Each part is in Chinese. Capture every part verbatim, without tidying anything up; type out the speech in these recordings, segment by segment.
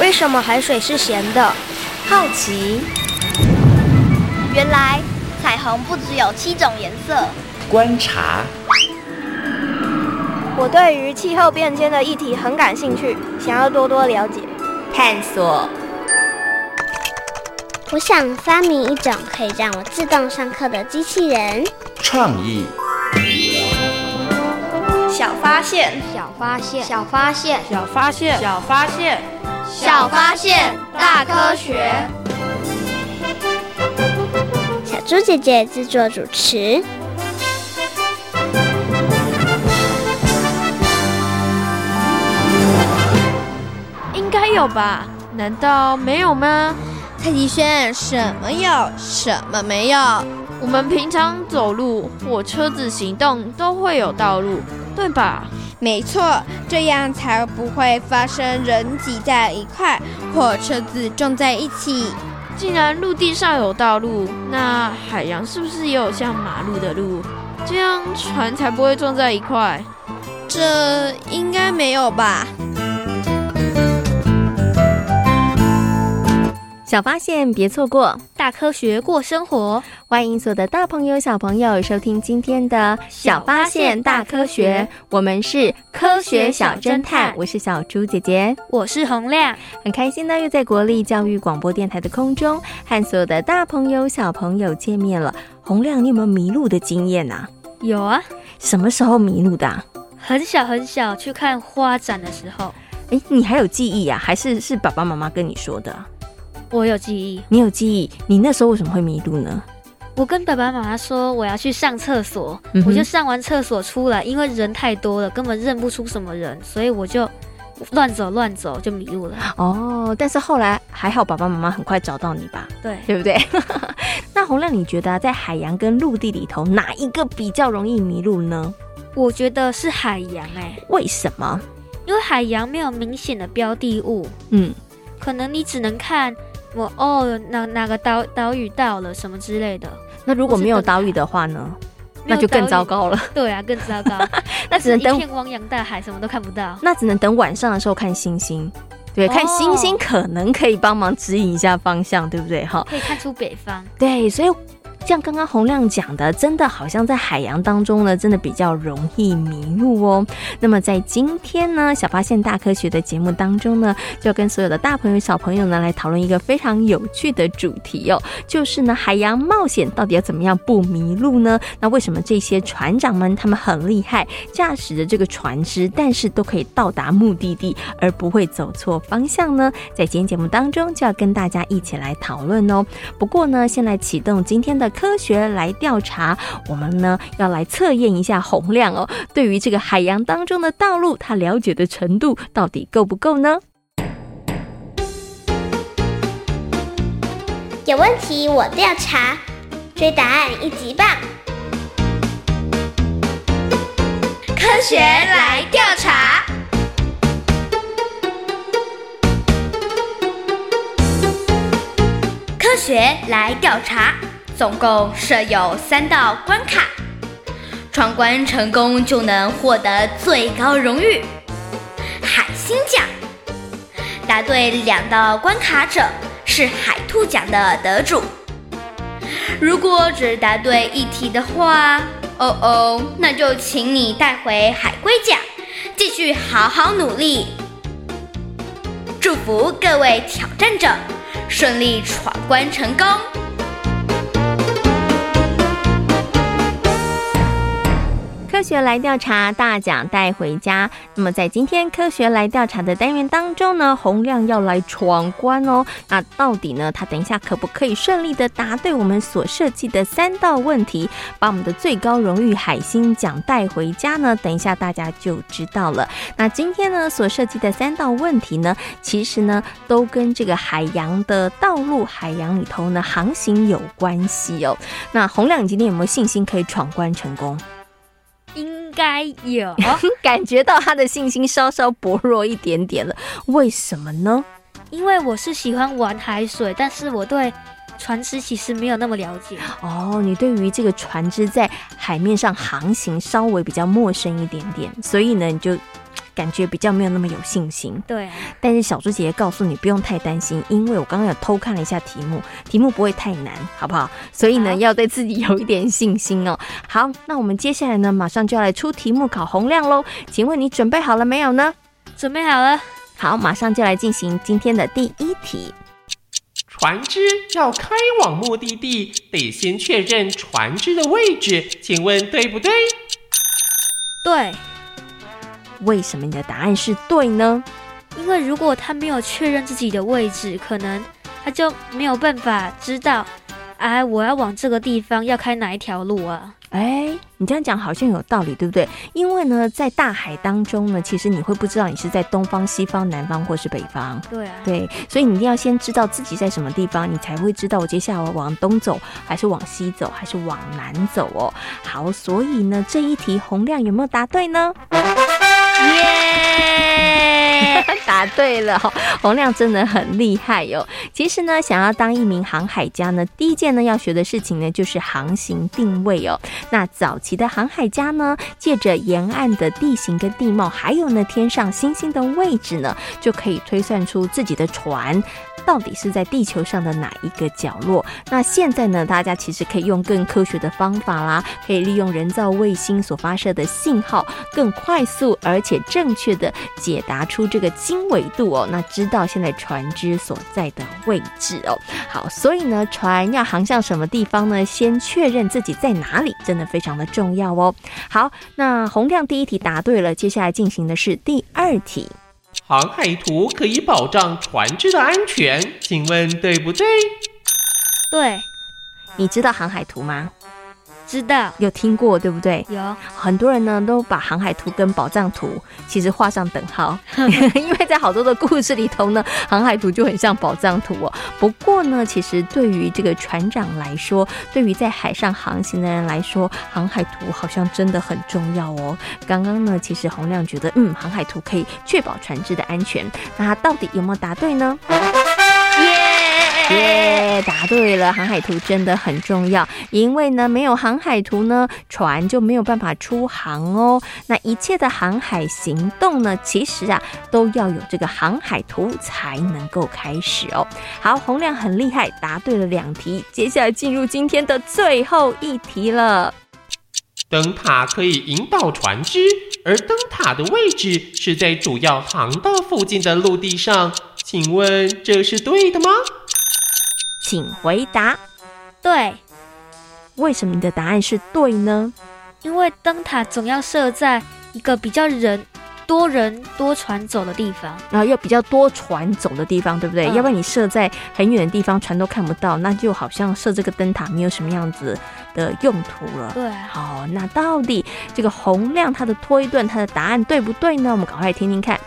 为什么海水是咸的？ 好奇。 原来彩虹不只有七种颜色。 观察。 我对于气候变迁的议题很感兴趣，想要多多了解。 探索。 我想发明一种可以让我自动上课的机器人。 创意。 小发现， 小发现， 小发现， 小发现， 小发现， 小发现，大科学。 小猪姐姐制作主持。 应该有吧？难道没有吗？ 蔡迪轩，什么有，什么没有？ 我们平常走路或车子行动都会有道路，对吧？ 没错，这样才不会发生人挤在一块或车子撞在一起。 既然陆地上有道路，那海洋是不是也有像马路的路？这样船才不会撞在一块。 这应该没有吧？ 小发现别错过， 大科学过生活。 欢迎所有的大朋友小朋友收听今天的小发现大科学，我们是科学小侦探，我是小猪姐姐， 我是洪亮， 很开心呢又在国立教育广播电台的空中和所有的大朋友小朋友见面了。洪亮，你有没有迷路的经验啊？ 有啊。 什么时候迷路的啊？ 很小很小去看花展的时候。 诶，你还有记忆啊？还是是爸爸妈妈跟你说的？ 我有记忆。 你有记忆？你那时候为什么会迷路呢？ 我跟爸爸妈妈说我要去上厕所、嗯、我就上完厕所出来，因为人太多了根本认不出什么人，所以我就乱走乱走就迷路了。 哦，但是后来还好爸爸妈妈很快找到你吧？ 对， 对不对？那洪亮，你觉得、啊、在海洋跟陆地里头哪一个比较容易迷路呢？ 我觉得是海洋。哎， 为什么？ 因为海洋没有明显的标的物， 嗯， 可能你只能看我哦，哪哪个岛岛屿到了什么之类的。 那如果没有岛屿的话呢？那就更糟糕了。 对啊，更糟糕。 那只能等一片汪洋大海，什么都看不到。 那只能等晚上的时候看星星。对，看星星可能可以帮忙指引一下方向，对不对？哈， 可以看出北方。 对，所以像刚刚洪亮讲的，真的好像在海洋当中呢，真的比较容易迷路哦。那么在今天呢，小发现大科学的节目当中呢，就跟所有的大朋友小朋友呢来讨论一个非常有趣的主题哦，就是呢海洋冒险到底要怎么样不迷路呢？那为什么这些船长们他们很厉害，驾驶着这个船只，但是都可以到达目的地而不会走错方向呢？在今天节目当中就要跟大家一起来讨论哦。不过呢，先来启动今天的科学来调查，我们呢要来测验一下洪亮哦，对于这个海洋当中的道路，他了解的程度到底够不够呢？ 有问题我调查，追答案一级棒。 科学来调查。科学来调查，总共设有三道关卡，闯关成功就能获得最高荣誉——海星奖。答对两道关卡者是海兔奖的得主。如果只答对一题的话，哦哦，那就请你带回海龟奖，继续好好努力。祝福各位挑战者顺利闯关成功。 科学来调查，大奖带回家。那么在今天科学来调查的单元当中呢，洪亮要来闯关哦。那到底呢，他等一下可不可以顺利的答对我们所设计的三道问题，把我们的最高荣誉海星奖带回家呢？等一下大家就知道了。那今天呢所设计的三道问题呢，其实呢都跟这个海洋的道路、海洋里头呢航行有关系哦。那洪亮，你今天有没有信心可以闯关成功？ 应该有。 感觉到他的信心稍稍薄弱一点点了，为什么呢？ 因为我是喜欢玩海水，但是我对船只其实没有那么了解。 哦，你对于这个船只在海面上航行稍微比较陌生一点点，所以呢你就感觉比较没有那么有信心。 对啊， 但是小猪姐姐告诉你不用太担心，因为我刚刚有偷看了一下题目，题目不会太难，好不好？所以呢，要对自己有一点信心哦。好，那我们接下来呢，马上就要来出题目考洪亮喽。请问你准备好了没有呢？ 准备好了。 好，马上就来进行今天的第一题。 船只要开往目的地，得先确认船只的位置，请问对不对？ 对。 为什么你的答案是对呢？ 因为如果他没有确认自己的位置，可能他就没有办法知道，啊，我要往这个地方要开哪一条路啊。 哎，你这样讲好像有道理，对不对？因为呢，在大海当中呢，其实你会不知道你是在东方、西方、南方或是北方。 对啊， 对，所以你一定要先知道自己在什么地方，你才会知道我接下来往东走，还是往西走，还是往南走哦。好，所以呢，这一题洪亮有没有答对呢？耶、yeah! 答对了，洪亮真的很厉害哦。其实呢，想要当一名航海家呢，第一件呢要学的事情呢就是航行定位哦。那早期的航海家呢，借着沿岸的地形跟地貌，还有呢天上星星的位置呢，就可以推算出自己的船到底是在地球上的哪一个角落。那现在呢，大家其实可以用更科学的方法啦，可以利用人造卫星所发射的信号，更快速而且正确的解答出这个经纬度哦，那知道现在船只所在的位置哦。好，所以呢，船要航向什么地方呢？先确认自己在哪里，真的非常的重要哦。好，那洪亮第一题答对了，接下来进行的是第二题。 航海图可以保障船只的安全，请问对不对？ 对。 你知道航海图吗？ 知道， 有听过对不对？ 有。 很多人呢都把航海图跟宝藏图其实画上等号因为在好多的故事里头呢，航海图就很像宝藏图哦。不过呢，其实对于这个船长来说，对于在海上航行的人来说，航海图好像真的很重要哦。刚刚呢，其实洪亮觉得嗯，航海图可以确保船只的安全，那他到底有没有答对呢？耶、yeah! 答对了，航海图真的很重要，因为呢，没有航海图呢，船就没有办法出航哦。那一切的航海行动呢，其实啊，都要有这个航海图才能够开始哦。好，洪亮很厉害，答对了两题，接下来进入今天的最后一题了。 灯塔可以引导船只，而灯塔的位置是在主要航道附近的陆地上，请问这是对的吗？ 请回答。 对。 为什么你的答案是对呢？ 因为灯塔总要设在一个比较人多人多船走的地方， 然后要比较多船走的地方，对不对？嗯、要不然你设在很远的地方，船都看不到，那就好像设这个灯塔没有什么样子的用途了。 对。 好，那到底这个洪亮他的推断，他的答案对不对呢？我们赶快来听听看。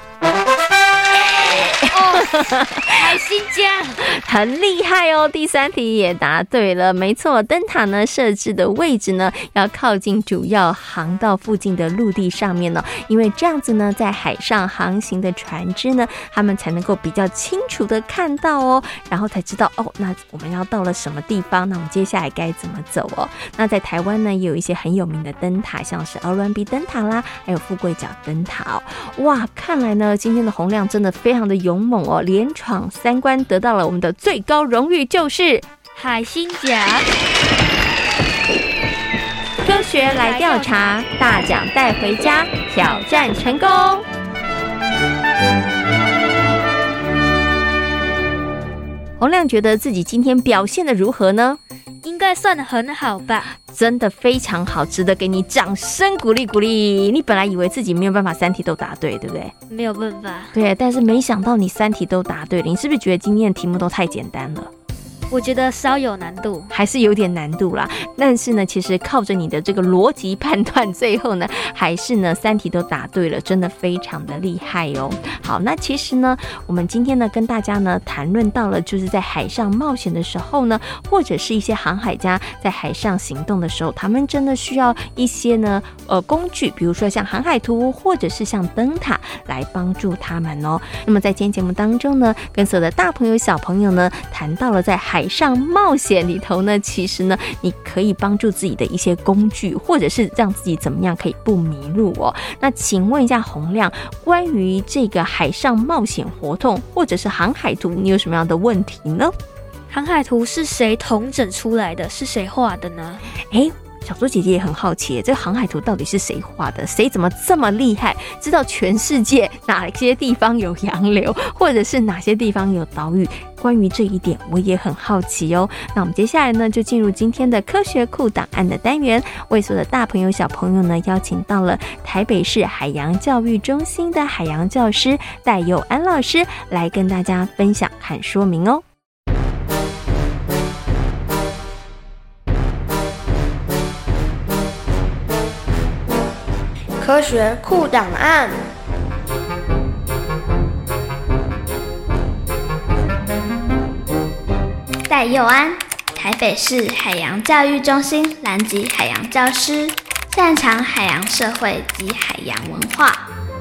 哦，海星家很厉害哦！第三题也答对了，没错，灯塔呢设置的位置呢要靠近主要航道附近的陆地上面呢，因为这样子呢，在海上航行的船只呢，他们才能够比较清楚的看到哦，然后才知道哦，那我们要到了什么地方，那我们接下来该怎么走哦。那在台湾呢，也有一些很有名的灯塔，像是鹅銮鼻灯塔啦，还有富贵角灯塔哦。哇，看来呢，今天的洪亮真的非常的勇猛哦，连闯三关，得到了我们的最高荣誉，就是海星奖。 科学来调查，大奖带回家，挑战成功。洪亮觉得自己今天表现得如何呢？ 应该算得很好吧， 真的非常好，值得给你掌声鼓励鼓励。你本来以为自己没有办法三题都答对，对不对？ 没有办法。 对，但是没想到你三题都答对了，你是不是觉得今天的题目都太简单了？ 我觉得稍有难度， 还是有点难度啦。但是呢，其实靠着你的这个逻辑判断，最后呢，还是呢三题都答对了，真的非常的厉害哦。好，那其实呢，我们今天呢跟大家呢谈论到了，就是在海上冒险的时候呢，或者是一些航海家在海上行动的时候，他们真的需要一些呢呃工具，比如说像航海图，或者是像灯塔来帮助他们哦。那么在今天节目当中呢，跟所有的大朋友小朋友呢谈到了在海海上冒险里头呢，其实呢，你可以帮助自己的一些工具，或者是让自己怎么样可以不迷路哦。那请问一下洪亮，关于这个海上冒险活动或者是航海图，你有什么样的问题呢？ 航海图是谁统整出来的？是谁画的呢？ 哎，小猪姐姐也很好奇，这个航海图到底是谁画的？谁怎么这么厉害，知道全世界哪些地方有洋流，或者是哪些地方有岛屿？关于这一点，我也很好奇哦。那我们接下来呢，就进入今天的科学库档案的单元，为所有的大朋友小朋友呢，邀请到了台北市海洋教育中心的海洋教师戴佑安老师来跟大家分享和说明哦。 科学库档案。 戴佑安，台北市海洋教育中心蓝级海洋教师，擅长海洋社会及海洋文化。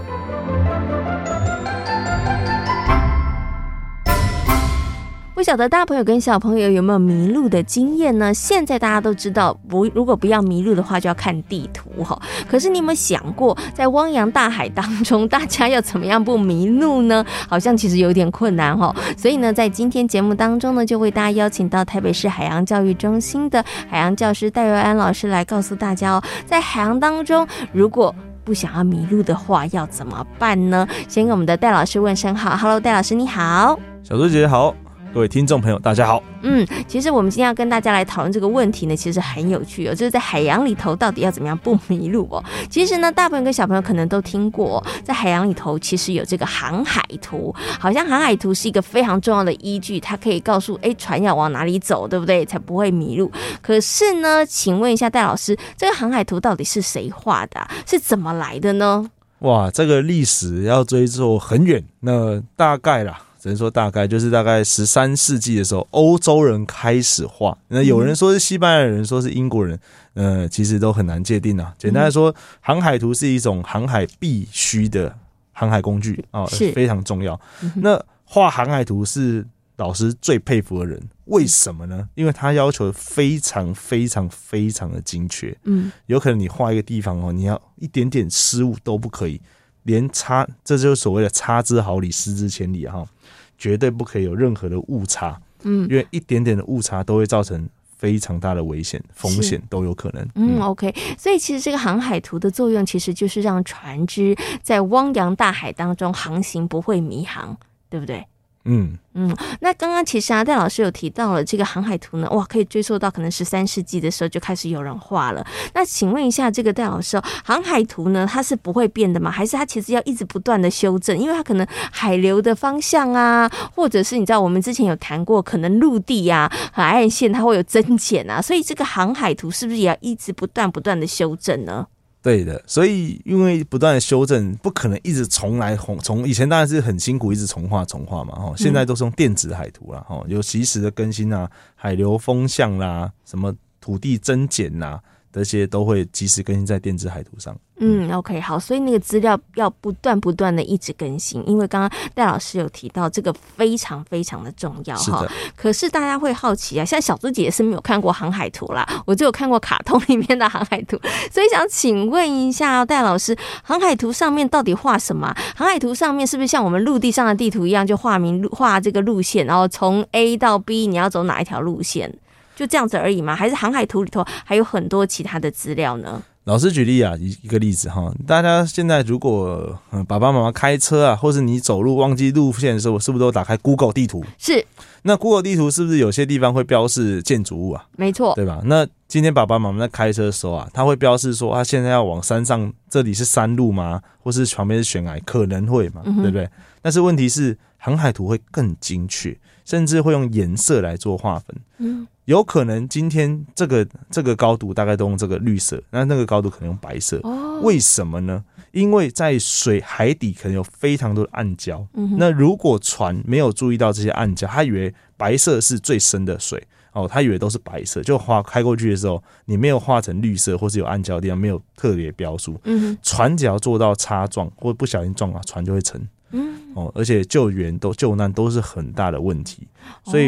不晓得大朋友跟小朋友有没有迷路的经验呢？现在大家都知道，不，如果不要迷路的话，就要看地图哈。可是你有没有想过，在汪洋大海当中，大家要怎么样不迷路呢？好像其实有点困难哈。所以呢，在今天节目当中呢，就为大家邀请到台北市海洋教育中心的海洋教师戴佑安老师来告诉大家哦，在海洋当中，如果不想要迷路的话，要怎么办呢？先跟我们的戴老师问声好 ，Hello， 戴老师你好。 小猪姐姐好。各位听众朋友大家好。 嗯，其实我们今天要跟大家来讨论这个问题呢，其实很有趣哦，就是在海洋里头到底要怎么样不迷路哦。其实呢，大部分跟小朋友可能都听过、哦、在海洋里头其实有这个航海图，好像航海图是一个非常重要的依据，它可以告诉哎船要往哪里走，对不对？才不会迷路。可是呢，请问一下戴老师，这个航海图到底是谁画的、啊、是怎么来的呢？ 哇，这个历史要追溯很远，那大概啦只能说大概就是大概十三世纪的时候，欧洲人开始画。那有人说是西班牙人，说是英国人，呃，其实都很难界定啊。简单来说，航海图是一种航海必须的航海工具啊、哦，非常重要。那画航海图是老师最佩服的人，为什么呢？因为他要求非常非常非常的精确。嗯，有可能你画一个地方哦，你要一点点失误都不可以。连差，这就是所谓的差之毫厘，失之千里哈，绝对不可以有任何的误差，嗯，因为一点点的误差都会造成非常大的危险，风险都有可能。 嗯, 嗯 ，OK， 所以其实这个航海图的作用，其实就是让船只在汪洋大海当中航行不会迷航，对不对？嗯嗯，那刚刚其实啊，戴老师有提到了这个航海图呢，哇，可以追溯到可能十三世纪的时候就开始有人画了。那请问一下，这个戴老师、哦，航海图呢，它是不会变的吗？还是它其实要一直不断的修正？因为它可能海流的方向啊，或者是你知道我们之前有谈过，可能陆地啊、海岸线它会有增减啊，所以这个航海图是不是也要一直不断不断的修正呢？ 对的，所以因为不断的修正，不可能一直重来重以前当然是很辛苦，一直重画重画嘛，哦，现在都是用电子海图啦，哦，有及时的更新啊，海流风向啦，什么土地增减啦，这些都会及时更新在电子海图上。 嗯 ，OK， 好，所以那个资料要不断不断的一直更新，因为刚刚戴老师有提到这个非常非常的重要哈。可是大家会好奇啊，像小猪姐姐是没有看过航海图啦，我就有看过卡通里面的航海图，所以想请问一下戴老师，航海图上面到底画什么、啊？航海图上面是不是像我们陆地上的地图一样，就画明画这个路线，然后从 A 到 B 你要走哪一条路线？就这样子而已吗？还是航海图里头还有很多其他的资料呢？ 老师举例啊，一个例子哈，大家现在如果、嗯、爸爸妈妈开车啊，或是你走路忘记路线的时候，是不是都打开 Google 地图？ 是。 那 Google 地图是不是有些地方会标示建筑物啊？ 没错， 对吧？那今天爸爸妈妈在开车的时候啊，他会标示说他现在要往山上，这里是山路吗？或是旁边是悬崖？可能会嘛，嗯、对不对？但是问题是，航海图会更精确，甚至会用颜色来做划分。嗯。有可能今天这个这个高度大概都用这个绿色，那那个高度可能用白色。哦、为什么呢？因为在水海底可能有非常多的暗礁、嗯，那如果船没有注意到这些暗礁，他以为白色是最深的水哦，他以为都是白色，就划开过去的时候，你没有画成绿色或是有暗礁的地方，没有特别标注，嗯，船只要做到擦撞或不小心撞啊，船就会沉。嗯，哦，而且救援都救难都是很大的问题，所以。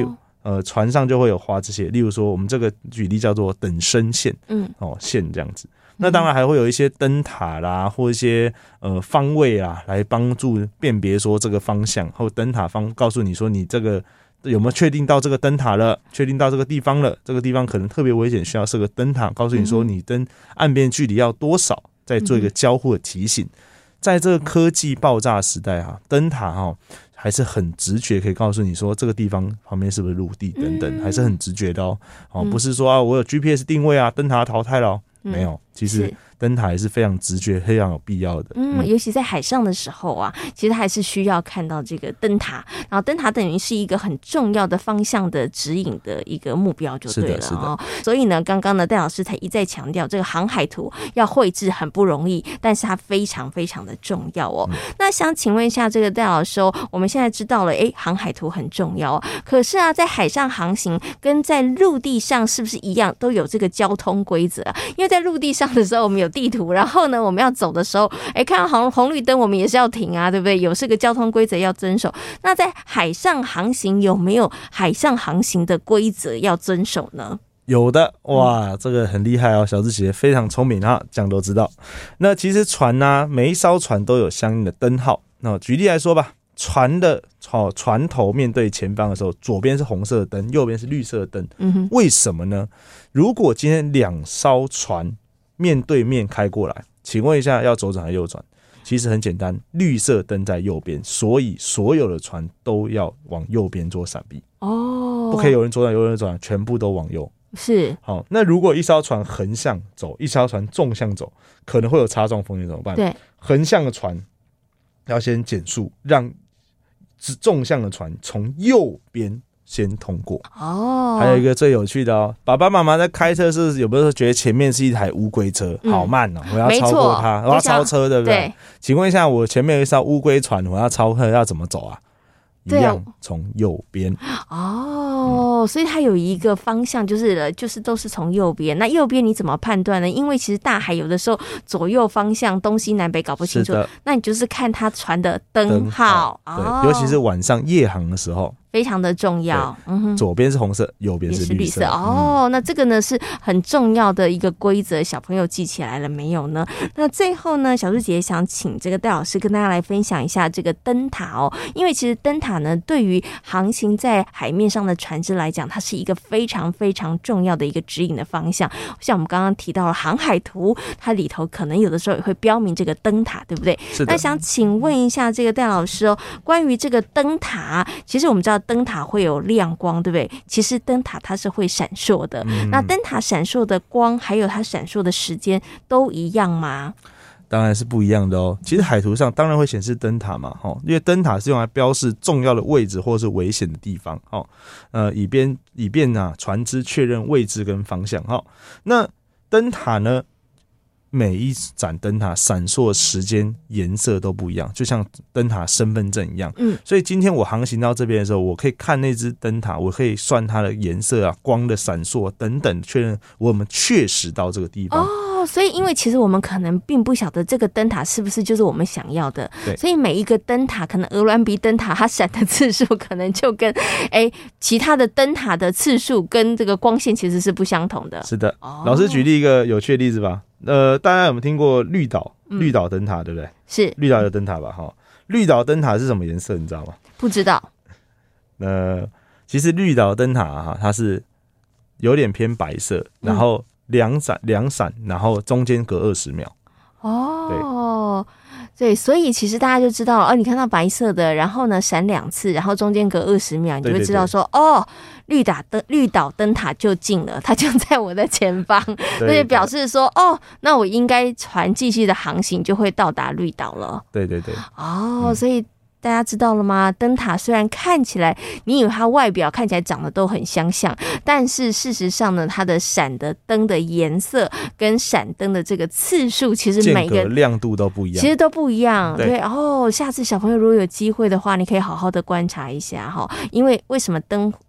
呃，船上就会有画这些，例如说我们这个举例叫做等深线， 嗯， 哦，线这样子。那当然还会有一些灯塔啦，或一些呃方位啊，来帮助辨别说这个方向，或灯塔方告诉你说你这个有没有确定到这个灯塔了，确定到这个地方了，这个地方可能特别危险，需要设个灯塔，告诉你说你跟岸边距离要多少，再做一个交互的提醒。在这个科技爆炸时代啊，灯塔哈、哦、还是很直觉，可以告诉你说这个地方旁边是不是陆地等等，还是很直觉的哦。哦，不是说啊我有 G P S 定位啊，灯塔淘汰了、哦，没有，其实灯塔还是非常直觉、非常有必要的。 嗯，嗯尤其在海上的时候啊，其实还是需要看到这个灯塔，然后灯塔等于是一个很重要的方向的指引的一个目标，就对了哦。所以呢，刚刚呢戴老师才一再强调，这个航海图要绘制很不容易，但是它非常非常的重要哦。嗯、那想请问一下这个戴老师哦，我们现在知道了，哎，航海图很重要哦，可是啊，在海上航行跟在陆地上是不是一样，都有这个交通规则、啊？因为在陆地上的时候，我们有地图，然后呢，我们要走的时候，哎，看到红红绿灯，我们也是要停啊，对不对？有这个交通规则要遵守。那在海上航行有没有海上航行的规则要遵守呢？ 有的，哇，这个很厉害哦，小智姐非常聪明啊，这样都知道。那其实船啊，每一艘船都有相应的灯号。那举例来说吧，船的、哦、船头面对前方的时候，左边是红色的灯，右边是绿色的灯。嗯哼，为什么呢？如果今天两艘船面对面开过来，请问一下要左转还是右转？其实很简单，绿色灯在右边，所以所有的船都要往右边做闪避。哦，不可以有人左转有人转，全部都往右。 是。 好，那如果一艘船横向走，一艘船纵向走，可能会有擦撞风险，怎么办？ 对， 横向的船要先减速，让纵向的船从右边先通过。哦，还有一个最有趣的哦，爸爸妈妈在开车是有没有觉得前面是一台乌龟车、嗯、好慢哦，我要超过它，我要超车，对不对？对，请问一下，我前面有一艘乌龟船，我要超车要怎么走啊？一样从右边。 哦、嗯，所以它有一个方向，就是就是都是从右边。那右边你怎么判断呢？因为其实大海有的时候左右方向东西南北搞不清楚，那你就是看它船的灯号。 对、哦，尤其是晚上夜航的时候。 非常的重要， 嗯、左边是红色，右边是绿色。绿色哦、嗯，那这个呢是很重要的一个规则，小朋友记起来了没有呢？那最后呢，小猪姐姐想请这个戴老师跟大家来分享一下这个灯塔哦，因为其实灯塔呢，对于航行在海面上的船只来讲，它是一个非常非常重要的一个指引的方向。像我们刚刚提到了航海图，它里头可能有的时候也会标明这个灯塔，对不对？ 是的。 那想请问一下这个戴老师哦，关于这个灯塔，其实我们知道灯塔会有亮光，对不对？其实灯塔它是会闪烁的、嗯、那灯塔闪烁的光还有它闪烁的时间都一样吗？ 当然是不一样的哦。其实海图上当然会显示灯塔嘛，因为灯塔是用来标示重要的位置或是危险的地方，呃，以便以便啊船只确认位置跟方向。那灯塔呢，每一盏灯塔闪烁的时间颜色都不一样，就像灯塔身份证一样。嗯，所以今天我航行到这边的时候，我可以看那只灯塔，我可以算它的颜色啊、光的闪烁等等，确认我们确实到这个地方。 哦，所以因为其实我们可能并不晓得这个灯塔是不是就是我们想要的，对，所以每一个灯塔，可能鹅銮鼻灯塔它闪的次数可能就跟哎其他的灯塔的次数跟这个光线其实是不相同的。 是的，哦、老师举例一个有趣的例子吧。呃，大家有没有听过绿岛？绿岛灯塔、嗯、对不对？ 是绿岛的灯塔吧？哈，绿岛灯塔是什么颜色？你知道吗？ 不知道。 呃，其实绿岛灯塔哈，它是有点偏白色，然后两闪两闪，然后中间隔二十秒。 哦，对，对，所以其实大家就知道了哦。你看到白色的，然后呢闪两次，然后中间隔二十秒，你就会知道说，对对对哦。绿岛灯绿岛灯塔就近了，它就在我的前方，所以表示说，哦，那我应该船继续的航行就会到达绿岛了。 对对对。 哦，嗯、所以大家知道了吗？灯塔虽然看起来，你以为它外表看起来长得都很相像，但是事实上呢，它的闪的灯的颜色跟闪灯的这个次数，其实每个亮度都不一样， 其实都不一样。对，哦，下次小朋友如果有机会的话，你可以好好的观察一下哈，因为为什么灯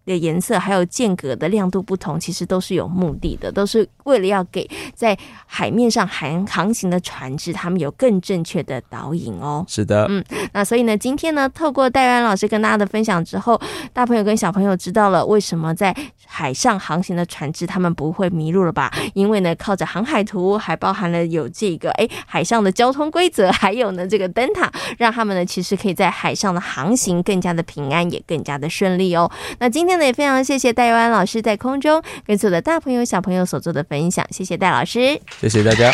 的颜色还有间隔的亮度不同，其实都是有目的的，都是为了要给在海面上航航行的船只他们有更正确的导引哦。 是的， 嗯，那所以呢，今天呢，透过戴安老师跟大家的分享之后，大朋友跟小朋友知道了为什么在海上航行的船只他们不会迷路了吧？因为呢，靠着航海图，还包含了有这个哎海上的交通规则，还有呢这个灯塔，让他们呢其实可以在海上的航行更加的平安，也更加的顺利哦。那今天呢，也非常谢谢戴佑安老师在空中跟所有的大朋友小朋友所做的分享，谢谢戴老师， 谢谢大家。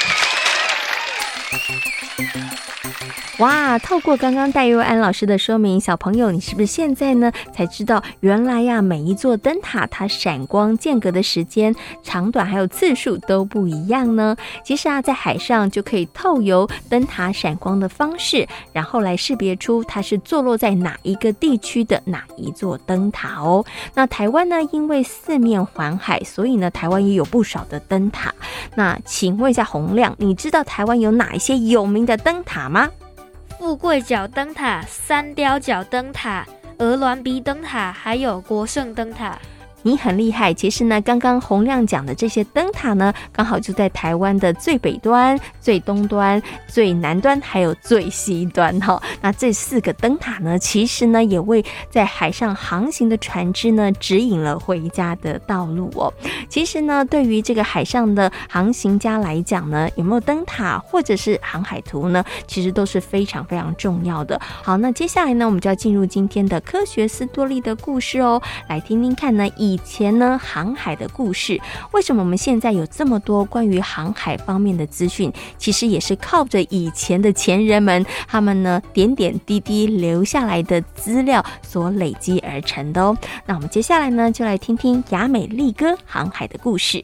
哇，透过刚刚戴佑安老师的说明，小朋友你是不是现在呢才知道原来呀每一座灯塔它闪光间隔的时间长短还有次数都不一样呢？其实啊在海上就可以透由灯塔闪光的方式，然后来识别出它是坐落在哪一个地区的哪一座灯塔哦。那台湾呢因为四面环海，所以呢台湾也有不少的灯塔。那请问一下洪亮，你知道台湾有哪一些有名的灯塔吗？ 富贵角灯塔、三雕角灯塔、鹅銮鼻灯塔，还有国盛灯塔。 你很厉害，其实呢，刚刚洪亮讲的这些灯塔呢，刚好就在台湾的最北端、最东端、最南端，还有最西端哈、哦。那这四个灯塔呢，其实呢，也为在海上航行的船只呢，指引了回家的道路哦。其实呢，对于这个海上的航行家来讲呢，有没有灯塔或者是航海图呢，其实都是非常非常重要的。好，那接下来呢，我们就要进入今天的科学斯多利的故事哦，来听听看呢。以前呢航海的故事，为什么我们现在有这么多关于航海方面的资讯？其实也是靠着以前的前人们他们呢点点滴滴留下来的资料所累积而成的哦。那我们接下来呢就来听听亚美利哥航海的故事。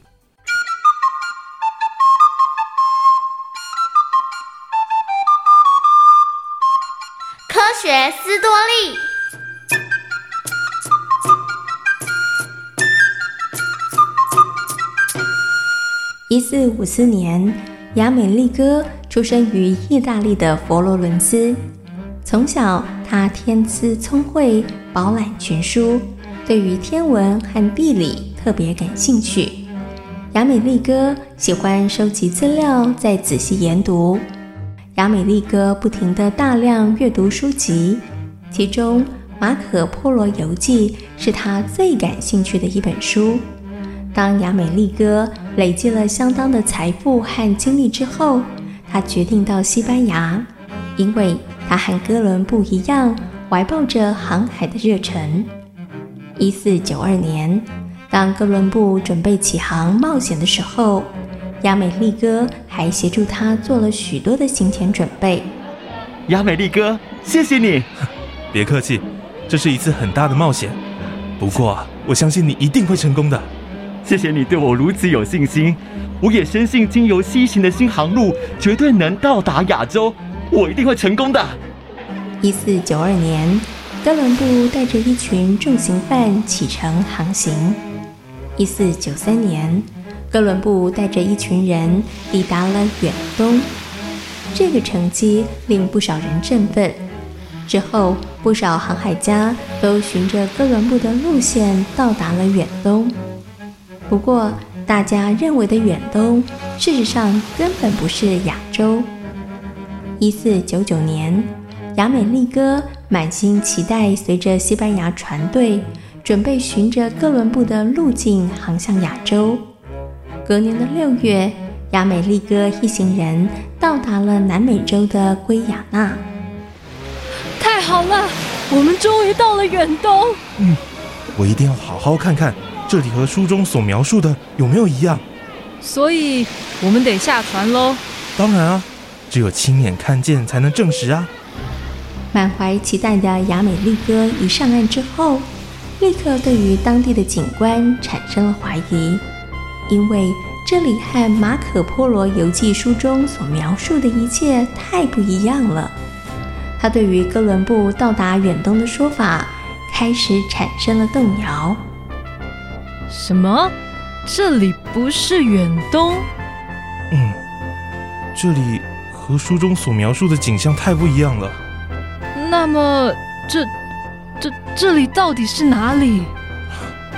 科学斯多利。 一四五四年，亚美利哥出生于意大利的佛罗伦斯。从小，他天资聪慧，饱览群书，对于天文和地理特别感兴趣。亚美利哥喜欢收集资料，再仔细研读。亚美利哥不停地大量阅读书籍，其中《马可波罗游记》是他最感兴趣的一本书。当亚美利哥累积了相当的财富和经历之后，他决定到西班牙，因为他和哥伦布一样，怀抱着航海的热忱。一四九二年，当哥伦布准备起航冒险的时候，亚美利哥还协助他做了许多的行前准备。 亚美利哥，谢谢你！别客气，这是一次很大的冒险，不过我相信你一定会成功的。谢谢你对我如此有信心，我也深信经由西行的新航路绝对能到达亚洲，我一定会成功的。 一四九二年，哥伦布带着一群重刑犯启程航行。一四九三年，哥伦布带着一群人抵达了远东，这个成绩令不少人振奋。之后，不少航海家都循着哥伦布的路线到达了远东。不过，大家认为的远东，事实上根本不是亚洲。一四九九年，亚美利哥满心期待随着西班牙船队，准备循着哥伦布的路径航向亚洲。隔年的六月，亚美利哥一行人到达了南美洲的圭亚那。 太好了，我们终于到了远东。 嗯，我一定要好好看看这里和书中所描述的有没有一样。 所以我们得下船咯。 当然啊，只有亲眼看见才能证实啊。 满怀期待的亚美利哥一上岸之后，立刻对于当地的景观产生了怀疑，因为这里和马可波罗游记书中所描述的一切太不一样了。他对于哥伦布到达远东的说法开始产生了动摇。 什么？这里不是远东？ 嗯，这里和书中所描述的景象太不一样了。 那么，这、这、这里到底是哪里？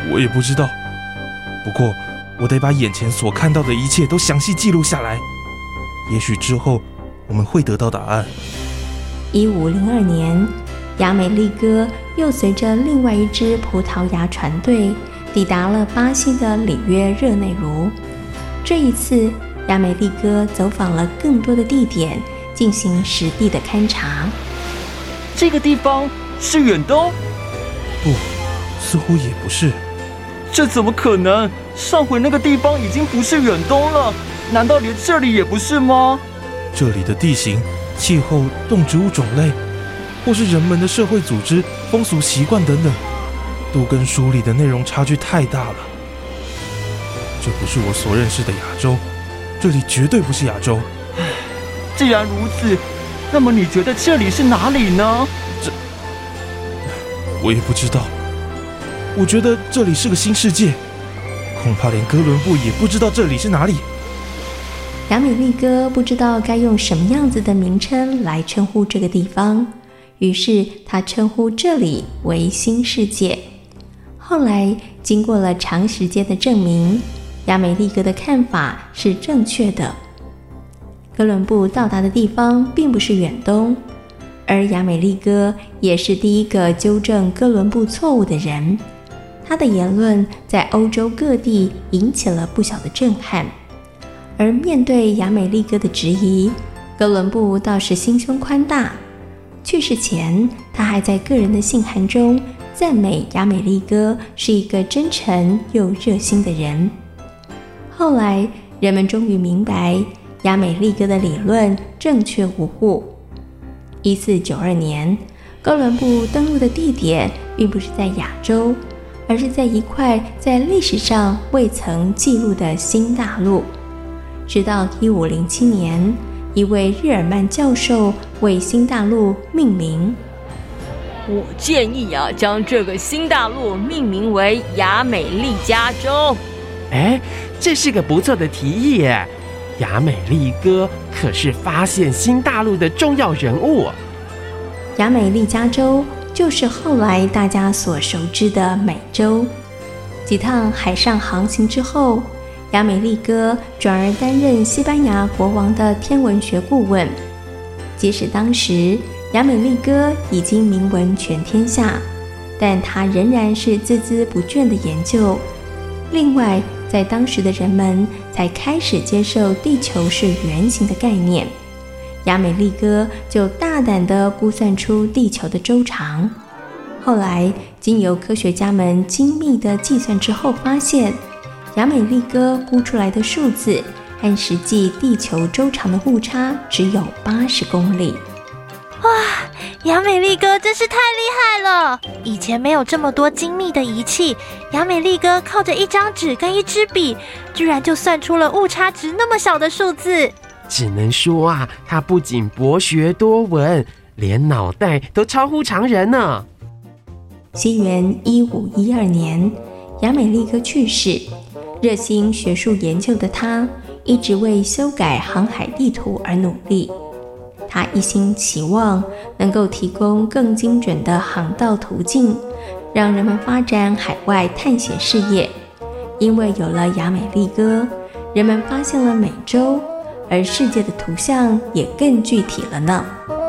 我也不知道。不过我得把眼前所看到的一切都详细记录下来，也许之后我们会得到答案。 一五零二年，亚美利哥又随着另外一支葡萄牙船队抵达了巴西的里约热内卢。这一次，亚美利哥走访了更多的地点，进行实地的勘察。 这个地方是远东？ 不，似乎也不是。 这怎么可能？上回那个地方已经不是远东了，难道连这里也不是吗？ 这里的地形、气候、动植物种类，或是人们的社会组织、风俗习惯等等，都跟书里的内容差距太大了。这不是我所认识的亚洲，这里绝对不是亚洲。 既然如此，那么你觉得这里是哪里呢？ 这我也不知道。我觉得这里是个新世界，恐怕连哥伦布也不知道这里是哪里。 亚美利哥不知道该用什么样子的名称来称呼这个地方，于是他称呼这里为新世界。后来经过了长时间的证明，亚美利哥的看法是正确的。哥伦布到达的地方并不是远东，而亚美利哥也是第一个纠正哥伦布错误的人。他的言论在欧洲各地引起了不小的震撼。而面对亚美利哥的质疑，哥伦布倒是心胸宽大。去世前，他还在个人的信函中赞美亚美利哥是一个真诚又热心的人。后来，人们终于明白亚美利哥的理论正确无误。一四九二年，哥伦布登陆的地点并不是在亚洲，而是在一块在历史上未曾记录的新大陆。直到一五零七年，一位日耳曼教授为新大陆命名。 我建议啊，将这个新大陆命名为亚美利加州。 哎，这是个不错的提议耶！亚美利哥可是发现新大陆的重要人物。 亚美利加州就是后来大家所熟知的美洲。几趟海上航行之后，亚美利哥转而担任西班牙国王的天文学顾问。即使当时亚美利哥已经名闻全天下，但他仍然是孜孜不倦的研究。另外，在当时的人们才开始接受地球是圆形的概念，亚美利哥就大胆地估算出地球的周长。后来经由科学家们精密的计算之后，发现亚美利哥估出来的数字和实际地球周长的误差只有八十公里。 哇，亚美利哥真是太厉害了！以前没有这么多精密的仪器，亚美利哥靠着一张纸跟一支笔，居然就算出了误差值那么小的数字。 只能说啊，他不仅博学多闻，连脑袋都超乎常人呢。 西元一五一二年，亚美利哥去世。热心学术研究的他，一直为修改航海地图而努力。他一心期望能够提供更精准的航道途径，让人们发展海外探险事业。因为有了亚美利哥，人们发现了美洲，而世界的图像也更具体了呢。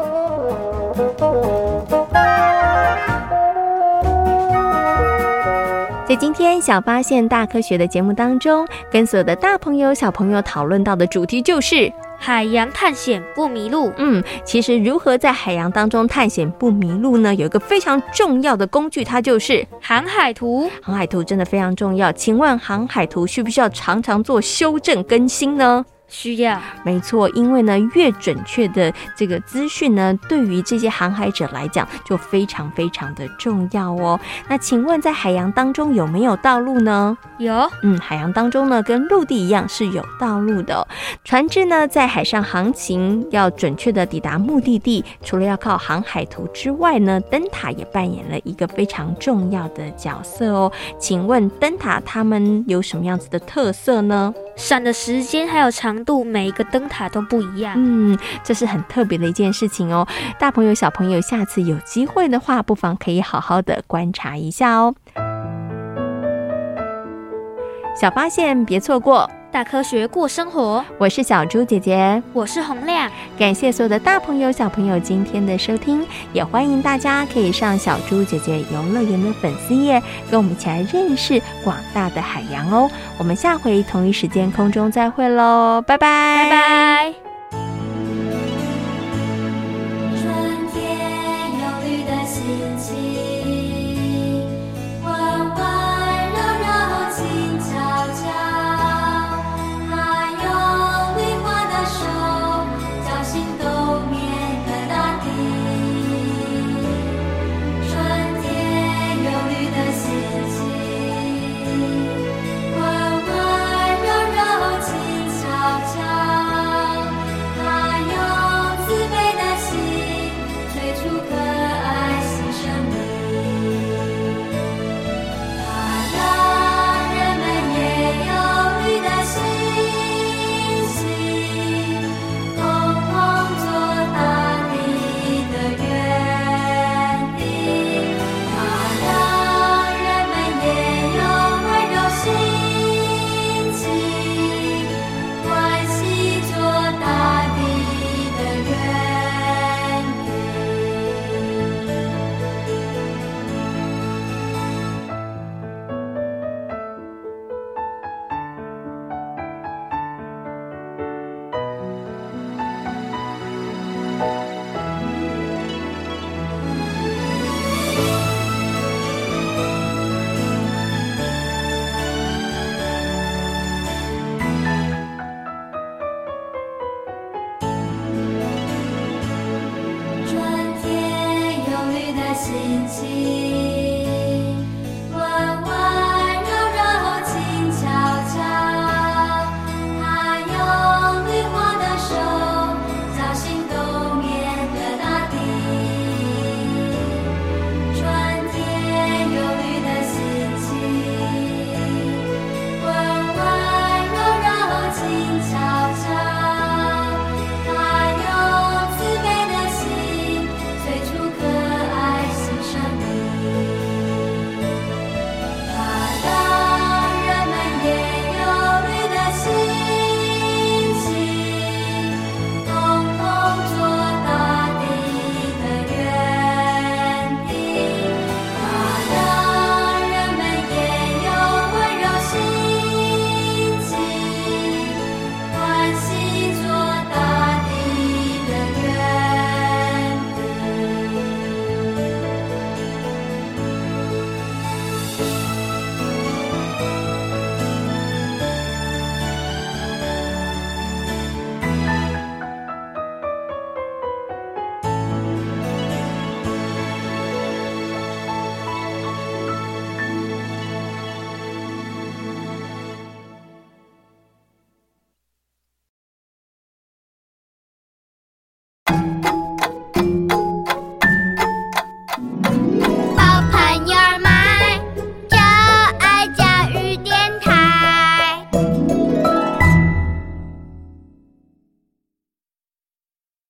在今天小发现大科学的节目当中，跟所有的大朋友小朋友讨论到的主题就是海洋探险不迷路。 嗯，其实如何在海洋当中探险不迷路呢？有一个非常重要的工具，它就是航海图。 航海图真的非常重要。请问航海图需不需要常常做修正更新呢？ 需要。 没错，因为呢，越准确的这个资讯呢，对于这些航海者来讲就非常非常的重要哦。那请问在海洋当中有没有道路呢？ 有。 嗯，海洋当中呢，跟陆地一样是有道路的哦。船只呢在海上航行，要准确的抵达目的地，除了要靠航海图之外呢，灯塔也扮演了一个非常重要的角色哦。请问灯塔它们有什么样子的特色呢？ 闪的时间还有长度，每一个灯塔都不一样。 嗯，这是很特别的一件事情哦。大朋友小朋友下次有机会的话，不妨可以好好的观察一下哦。 小发现别错过， 大科学过生活。 我是小猪姐姐， 我是洪亮。 感谢所有的大朋友小朋友今天的收听，也欢迎大家可以上小猪姐姐游乐园的粉丝页，跟我们一起来认识广大的海洋哦。我们下回同一时间空中再会喽，拜拜， 拜拜。